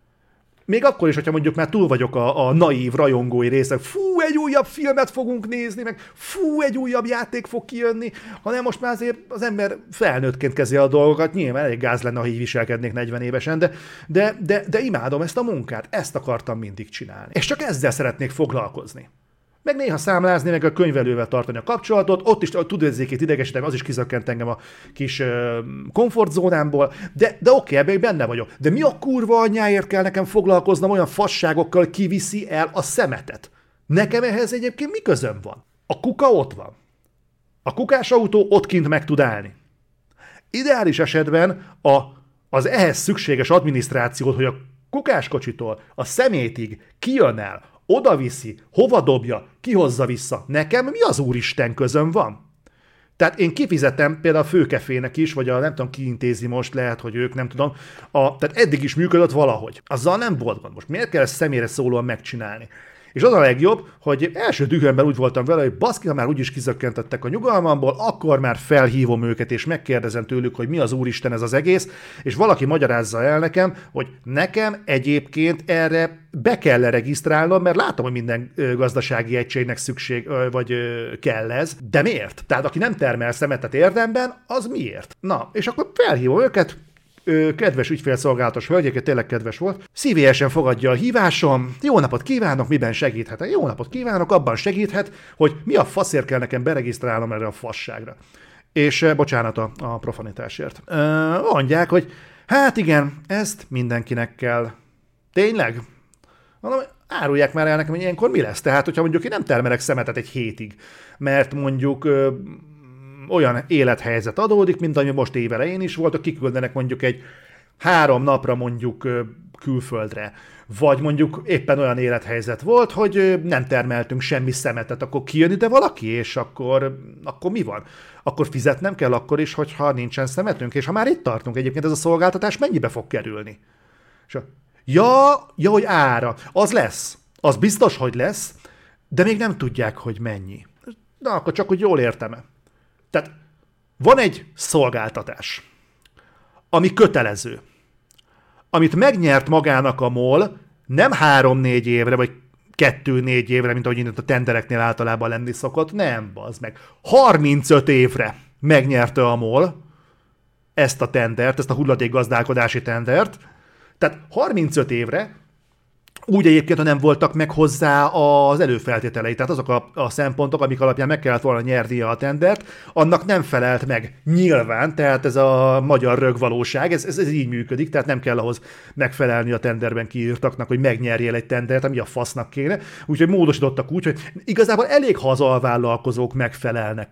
Még akkor is, hogyha mondjuk már túl vagyok a naív, rajongói részek, fú, egy újabb filmet fogunk nézni, meg fú, egy újabb játék fog kijönni, hanem most már azért az ember felnőttként kezdi a dolgokat, nyilván elég gáz lenne, ha így viselkednék 40 évesen, de imádom ezt a munkát, ezt akartam mindig csinálni. És csak ezzel szeretnék foglalkozni. Meg néha számlázni, meg a könyvelővel tartani a kapcsolatot, ott is tud érzékét idegesíteni, az is kizökkent engem a kis komfortzónámból, de oké, ebben benne vagyok. De mi a kurva anyjáért kell nekem foglalkoznom olyan fasságokkal, kiviszi el a szemetet? Nekem ehhez egyébként mi közöm van? A kuka ott van. A kukás autó ott kint meg tud állni. Ideális esetben az ehhez szükséges adminisztrációt, hogy a kukáskocsitól a szemétig kijön el, odaviszi, hova dobja, kihozza vissza. Nekem mi az úristen közöm van? Tehát én kifizetem például a Főkefének is, vagy nem tudom, ki intézi most, lehet, hogy ők, nem tudom. Tehát eddig is működött valahogy. Azzal nem volt gond. Most miért kell ezt személyre szólóan megcsinálni? És az a legjobb, hogy első dühömben úgy voltam vele, hogy baszki, ha már úgyis kizökkentettek a nyugalmamból, akkor már felhívom őket, és megkérdezem tőlük, hogy mi az úristen ez az egész, és valaki magyarázza el nekem, hogy nekem egyébként erre be kell regisztrálnom, mert látom, hogy minden gazdasági egységnek szükség, vagy kell ez. De miért? Tehát aki nem termel szemetet érdemben, az miért? Na, és akkor felhívom őket, kedves ügyfélszolgálatos hölgyeket, tényleg kedves volt. Szívélyesen fogadja a hívásom. Jó napot kívánok, miben segíthet? Jó napot kívánok, abban segíthet, hogy mi a faszért kell nekem beregisztrálnom erre a fasságra. És bocsánat a profanitásért. Mondják, hogy hát igen, ezt mindenkinek kell. Tényleg? Mondom, árulják már el nekem, hogy ilyenkor mi lesz? Tehát, hogyha mondjuk én nem termelek szemetet egy hétig, mert mondjuk olyan élethelyzet adódik, mint ami most évelején is volt, hogy kiküldenek mondjuk egy 3 napra mondjuk külföldre, vagy mondjuk éppen olyan élethelyzet volt, hogy nem termeltünk semmi szemetet, akkor kijön ide valaki, és akkor mi van? Akkor fizetnem kell akkor is, hogyha nincsen szemetünk, és ha már itt tartunk egyébként, ez a szolgáltatás mennyibe fog kerülni? Ja, hogy ára. Az lesz. Az biztos, hogy lesz, de még nem tudják, hogy mennyi. Na, akkor csak, hogy jól értem-e. Tehát van egy szolgáltatás, ami kötelező, amit megnyert magának a MOL nem 3-4 évre, vagy 2-4 évre, mint ahogy a tendereknél általában lenni szokott, nem, bazd meg. 35 évre megnyerte a MOL ezt a tendert, ezt a hulladékgazdálkodási tendert, tehát 35 évre, úgy egyébként, ha nem voltak meg hozzá az előfeltételei, tehát azok a szempontok, amik alapján meg kellett volna nyernie a tendert, annak nem felelt meg nyilván, tehát ez a magyar rögvalóság, ez így működik, tehát nem kell ahhoz megfelelni a tenderben kiírtaknak, hogy megnyerjél egy tendert, ami a fasznak kéne, úgyhogy módosítottak úgy, hogy igazából elég, ha az alvállalkozók megfelelnek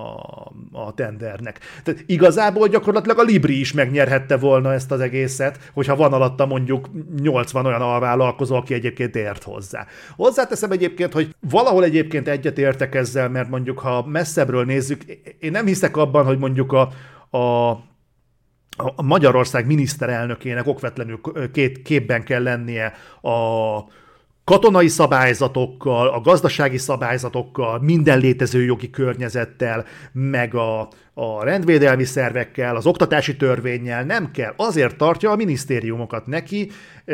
a tendernek. Tehát igazából gyakorlatilag a Libri is megnyerhette volna ezt az egészet, hogyha van alatta mondjuk 80 olyan alvállalkozó, aki egyébként ért hozzá. Hozzáteszem egyébként, hogy valahol egyébként egyetértek ezzel, mert mondjuk, ha messzebbről nézzük, én nem hiszek abban, hogy mondjuk a Magyarország miniszterelnökének okvetlenül képben kell lennie a katonai szabályzatokkal, a gazdasági szabályzatokkal, minden létező jogi környezettel, meg a rendvédelmi szervekkel, az oktatási törvénnyel, nem kell. Azért tartja a minisztériumokat neki,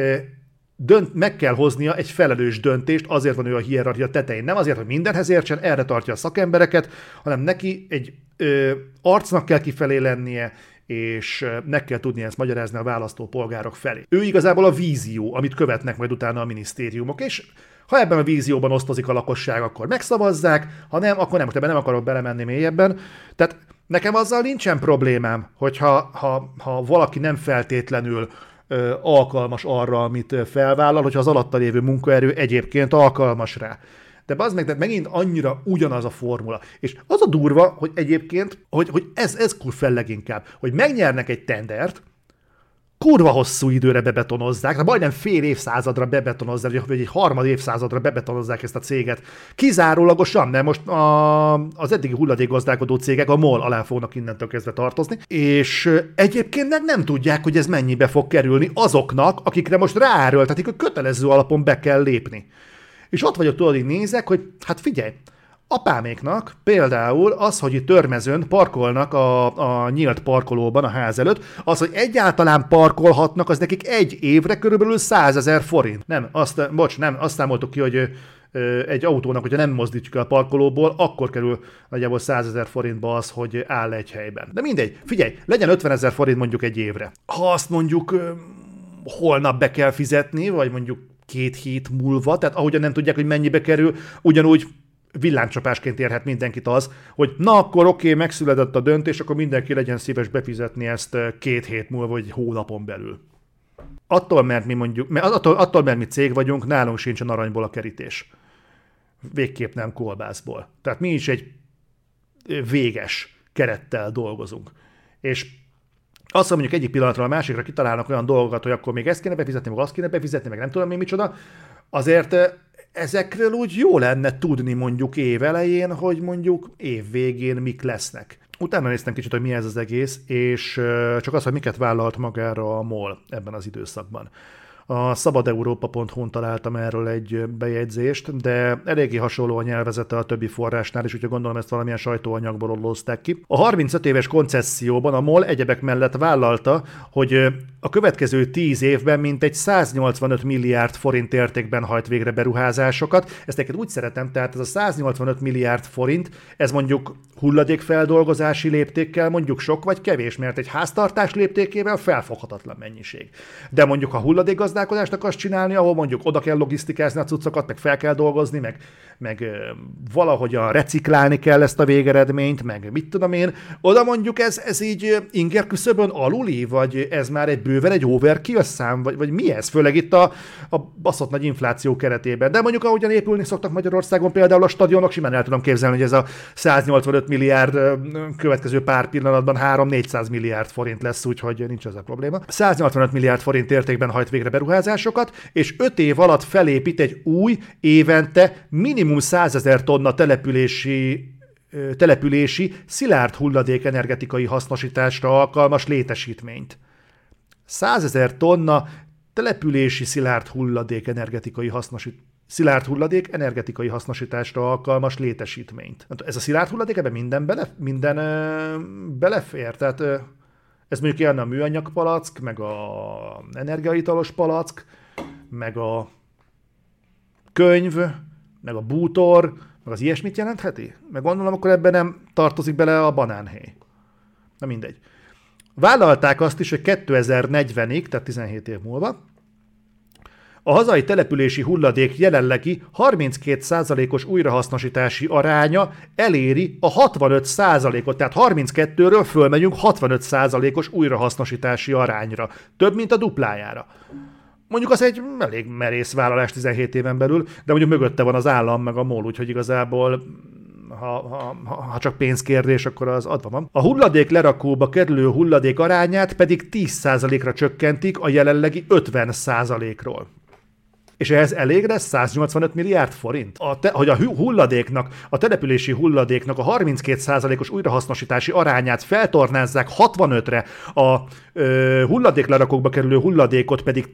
meg kell hoznia egy felelős döntést, azért van ő a hierarchia tetején. Nem azért, hogy mindenhez értsen, erre tartja a szakembereket, hanem neki egy arcnak kell kifelé lennie, és meg kell tudnia ezt magyarázni a választópolgárok felé. Ő igazából a vízió, amit követnek majd utána a minisztériumok, és ha ebben a vízióban osztozik a lakosság, akkor megszavazzák, ha nem, akkor nem. Most ebben nem akarok belemenni mélyebben. Tehát nekem azzal nincsen problémám, hogyha ha valaki nem feltétlenül alkalmas arra, amit felvállal, hogyha az alatta lévő munkaerő egyébként alkalmas rá. De bazd meg, megint annyira ugyanaz a formula. És az a durva, hogy egyébként, hogy ez fel leginkább, hogy megnyernek egy tendert, kurva hosszú időre bebetonozzák, majdnem fél évszázadra bebetonozzák, vagy egy harmad évszázadra bebetonozzák ezt a céget. Kizárólagosan, mert most az eddigi hulladékgazdálkodó cégek a MOL alá fognak innentől kezdve tartozni, és egyébként nem tudják, hogy ez mennyibe fog kerülni azoknak, akikre most ráerőltetik, hogy kötelező alapon be kell lépni. És ott vagyok, tudod, így nézek, hogy hát figyelj, apáméknak például az, hogy itt Törmezőn parkolnak a nyílt parkolóban a ház előtt, az, hogy egyáltalán parkolhatnak, az nekik egy évre körülbelül 100 000 forint. Nem, azt számoltuk ki, hogy egy autónak, hogyha nem mozdítjuk el a parkolóból, akkor kerül nagyjából 100 000 forintba az, hogy áll egy helyben. De mindegy, figyelj, legyen 50 000 forint mondjuk egy évre. Ha azt mondjuk holnap be kell fizetni, vagy mondjuk 2 hét múlva, tehát ahogyan nem tudják, hogy mennyibe kerül, ugyanúgy villámcsapásként érhet mindenkit az, hogy na akkor oké, megszületett a döntés, akkor mindenki legyen szíves befizetni ezt 2 hét múlva, vagy hónapon belül. Attól, mert mi cég vagyunk, nálunk sincsen aranyból a kerítés. Végképp nem kolbászból. Tehát mi is egy véges kerettel dolgozunk. És azt mondjuk egyik pillanatra a másikra kitalálnak olyan dolgokat, hogy akkor még ezt kéne befizetni, meg azt kéne befizetni, meg nem tudom én micsoda, azért ezekről úgy jó lenne tudni mondjuk év elején, hogy mondjuk év végén mik lesznek. Utána néztem kicsit, hogy mi ez az egész, és csak az, hogy miket vállalt magára a MOL ebben az időszakban. A szabadeurópa.hu-n találtam erről egy bejegyzést, de eléggé hasonló a nyelvezete a többi forrásnál is, úgyhogy gondolom ezt valamilyen sajtóanyagból ollózták ki. A 35 éves koncesszióban a MOL egyebek mellett vállalta, hogy a következő 10 évben mintegy 185 milliárd forint értékben hajt végre beruházásokat. Ezt neked úgy szeretem, tehát ez a 185 milliárd forint, ez mondjuk hulladékfeldolgozási léptékkel mondjuk sok vagy kevés, mert egy háztartás léptékével felfoghatatlan mennyiség. De mondjuk a hulladékgazdálkodás gazdálkodást akarsz csinálni, ahol mondjuk oda kell logisztikázni a cuccokat, meg fel kell dolgozni, meg valahogyan reciklálni kell ezt a végeredményt, meg mit tudom én, oda mondjuk ez így inger küszöbön aluli, vagy ez már bőven egy overkill szám, vagy mi ez? Főleg itt a baszott nagy infláció keretében. De mondjuk ahogyan épülni szoktak Magyarországon például a stadionok, simán el tudom képzelni, hogy ez a 185 milliárd következő pár pillanatban 3-400 milliárd forint lesz, úgyhogy nincs ez a probléma. 185 milliárd forint értékben hajt végre beruházásokat, és 5 év alatt felépít egy új, évente minimum 100 000 tonna települési szilárd hulladék energetikai hasznosításra alkalmas létesítményt. 100 000 tonna települési szilárd hulladék energetikai hasznosításra alkalmas létesítményt. Ez a szilárd hulladék, ebben minden belefér, tehát ez mondjuk ilyen a műanyag palack, meg a energiaitalos palack, meg a könyv, meg a bútor, meg az ilyesmit jelentheti? Meg gondolom, akkor ebben nem tartozik bele a banánhéj. Na mindegy. Vállalták azt is, hogy 2040-ig, tehát 17 év múlva, a hazai települési hulladék jelenlegi 32%-os újrahasznosítási aránya eléri a 65%-ot, tehát 32-ről fölmegyünk 65%-os újrahasznosítási arányra. Több, mint a duplájára. Mondjuk az egy elég merész vállalás 17 éven belül, de mondjuk mögötte van az állam meg a MOL, úgyhogy igazából ha csak pénzkérdés, akkor az adva van. A hulladék lerakóba kerülő hulladék arányát pedig 10%-ra csökkentik a jelenlegi 50%-ról. És ehhez elég lesz 185 milliárd forint? Hogy a hulladéknak, a települési hulladéknak a 32%-os újrahasznosítási arányát feltornázzák 65-re, a hulladéklerakókba kerülő hulladékot pedig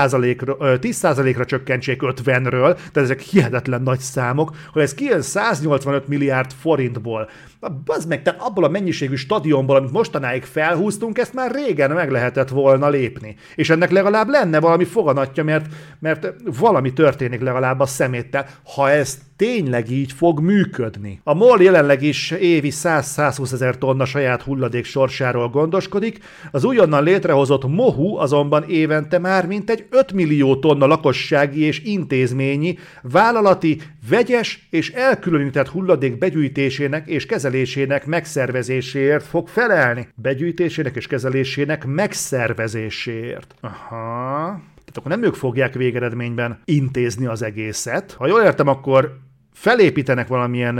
10%-ra csökkentsék 50-ről, tehát ezek hihetetlen nagy számok, hogy ez kijön 185 milliárd forintból. Bazd meg, tehát abból a mennyiségű stadionból, amit mostanáig felhúztunk, ezt már régen meg lehetett volna lépni. És ennek legalább lenne valami foganatja, mert valami történik legalább a szeméttel, ha ez tényleg így fog működni. A MOL jelenleg is évi 100-120 000 tonna saját hulladék sorsáról gondoskodik, az újonnan létrehozott MOHU azonban évente már mintegy 5 millió tonna lakossági és intézményi, vállalati, vegyes és elkülönített hulladék begyűjtésének és kezelésének megszervezéséért fog felelni. Begyűjtésének és kezelésének megszervezéséért. Aha. Tehát akkor nem ők fogják végeredményben intézni az egészet. Ha jól értem, akkor felépítenek valamilyen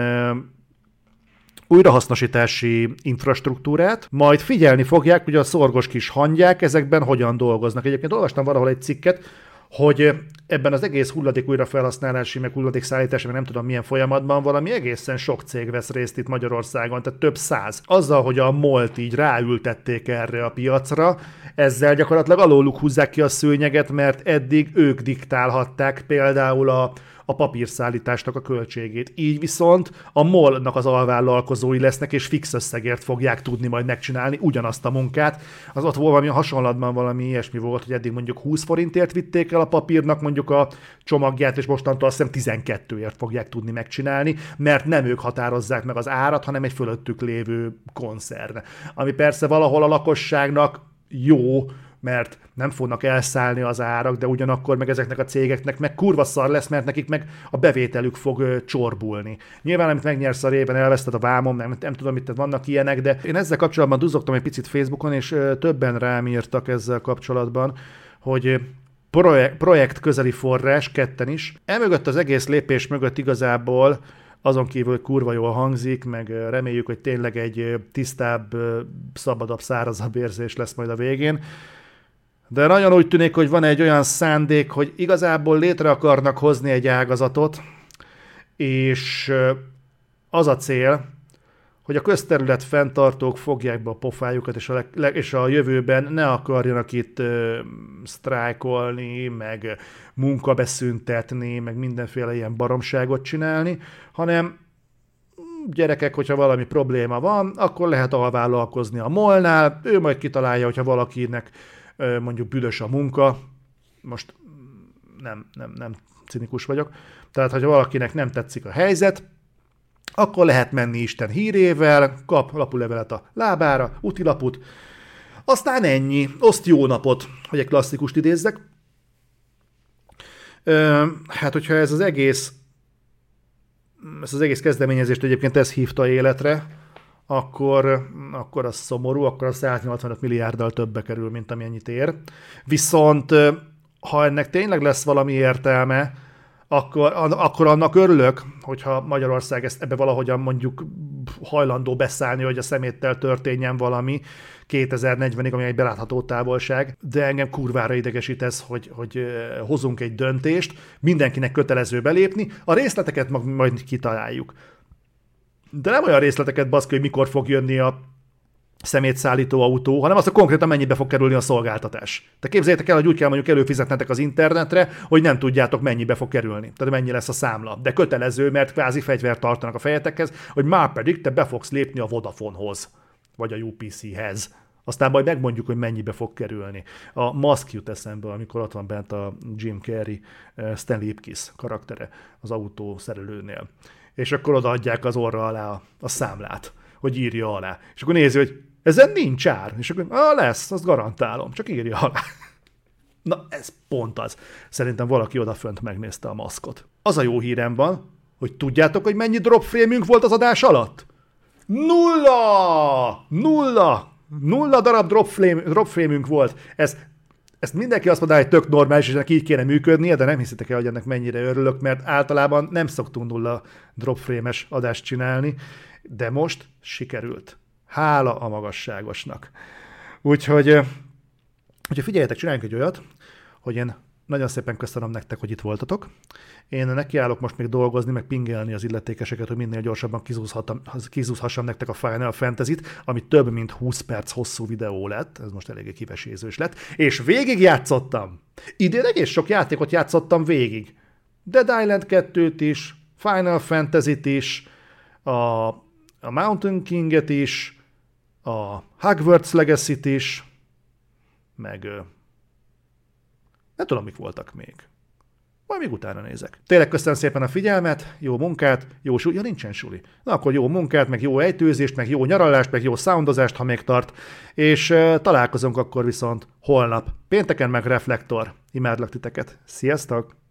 újrahasznosítási infrastruktúrát, majd figyelni fogják, hogy a szorgos kis hangyák ezekben hogyan dolgoznak. Egyébként olvastam valahol egy cikket, hogy ebben az egész hulladék újrafelhasználási, meg hulladékszállítási, meg nem tudom milyen folyamatban valami egészen sok cég vesz részt itt Magyarországon, tehát több száz. Azzal, hogy a MOL-t így ráültették erre a piacra, ezzel gyakorlatilag alóluk húzzák ki a szőnyeget, mert eddig ők diktálhatták például a papírszállításnak a költségét. Így viszont a MOL-nak az alvállalkozói lesznek, és fix összegért fogják tudni majd megcsinálni ugyanazt a munkát. Az ott valami hasonlatban valami ilyesmi volt, hogy eddig mondjuk 20 forintért vitték el a papírnak mondjuk a csomagját, és mostantól azt hiszem 12-ért fogják tudni megcsinálni, mert nem ők határozzák meg az árat, hanem egy fölöttük lévő koncern. Ami persze valahol a lakosságnak jó, mert nem fognak elszállni az árak, de ugyanakkor meg ezeknek a cégeknek meg kurva szar lesz, mert nekik meg a bevételük fog csorbulni. Nyilván, amit megnyersz a réven, elveszted a vámon, nem tudom, mit vannak ilyenek, de én ezzel kapcsolatban duzzogtam egy picit Facebookon, és többen rám írtak ezzel kapcsolatban, hogy projekt közeli forrás, ketten is. Emögött az egész lépés mögött igazából azon kívül, hogy kurva jól hangzik, meg reméljük, hogy tényleg egy tisztább, szabadabb, szárazabb érzés lesz majd a végén. De nagyon úgy tűnik, hogy van egy olyan szándék, hogy igazából létre akarnak hozni egy ágazatot, és az a cél, hogy a közterület fenntartók fogják be a pofájukat, és a jövőben ne akarjanak itt sztrájkolni, meg munkabeszüntetni, meg mindenféle ilyen baromságot csinálni, hanem gyerekek, hogyha valami probléma van, akkor lehet alvállalkozni a MOL-nál, ő majd kitalálja, hogyha valakinek mondjuk büdös a munka, most nem cinikus vagyok, tehát hogyha valakinek nem tetszik a helyzet, akkor lehet menni Isten hírével, kap lapulevelet a lábára, útilaput, aztán ennyi, oszt jó napot, hogy egy klasszikust idézzek, Hát, hogyha ezt az egész kezdeményezést egyébként ez hívta életre, akkor az szomorú, akkor a 185 milliárddal többbe kerül, mint amennyit ér. Viszont ha ennek tényleg lesz valami értelme, akkor annak örülök, hogyha Magyarország ebbe valahogyan mondjuk hajlandó beszállni, hogy a szeméttel történjen valami 2040-ig, ami egy belátható távolság, de engem kurvára idegesít ez, hogy hozunk egy döntést, mindenkinek kötelező belépni, a részleteket majd kitaláljuk. De nem olyan részleteket, baszki, hogy mikor fog jönni a szemétszállító autó, hanem azt, hogy konkrétan mennyibe fog kerülni a szolgáltatás. Te képzeljétek el, hogy úgy kell mondjuk előfizetnetek az internetre, hogy nem tudjátok, mennyibe fog kerülni. Tehát mennyi lesz a számla. De kötelező, mert kvázi fegyvert tartanak a fejetekhez, hogy már pedig te be fogsz lépni a Vodafonehoz, vagy a UPC-hez. Aztán majd megmondjuk, hogy mennyibe fog kerülni. A Musk jut eszembe, amikor ott van bent a Jim Carrey, Stan Lipkiss karaktere az autószerelőnél. És akkor odaadják az orra alá a számlát, hogy írja alá. És akkor nézi, hogy ezen nincs ár. És akkor lesz, azt garantálom, csak írja alá. Na, ez pont az. Szerintem valaki odafönt megnézte a Muskot. Az a jó hírem van, hogy tudjátok, hogy mennyi dropframe-ünk volt az adás alatt? Nulla darab dropframe-ünk volt. Ezt mindenki azt mondaná, hogy tök normális, és ennek így kéne működnie, de nem hiszitek el, hogy ennek mennyire örülök, mert általában nem szoktunk nulla dropframe-es adást csinálni, de most sikerült. Hála a magasságosnak. Úgyhogy figyeljetek, csináljunk egy olyat, hogy én nagyon szépen köszönöm nektek, hogy itt voltatok. Én nekiállok most még dolgozni, meg pingelni az illetékeseket, hogy minél gyorsabban kizúzhassam nektek a Final Fantasy-t, ami több mint 20 perc hosszú videó lett, ez most eléggé kivesézős lett, és végig játszottam. Idén egész sok játékot játszottam végig. Dead Island 2-t is, Final Fantasy-t is, a Mountain King-et is, a Hogwarts Legacy-t is, meg nem tudom, mik voltak még. Majd még utána nézek. Tényleg köszönöm szépen a figyelmet, jó munkát, jó suli. Ja, nincsen suli. Na akkor jó munkát, meg jó ejtőzést, meg jó nyaralást, meg jó soundozást, ha még tart. És találkozunk akkor viszont holnap. Pénteken meg Reflektor. Imádlak titeket. Sziasztok!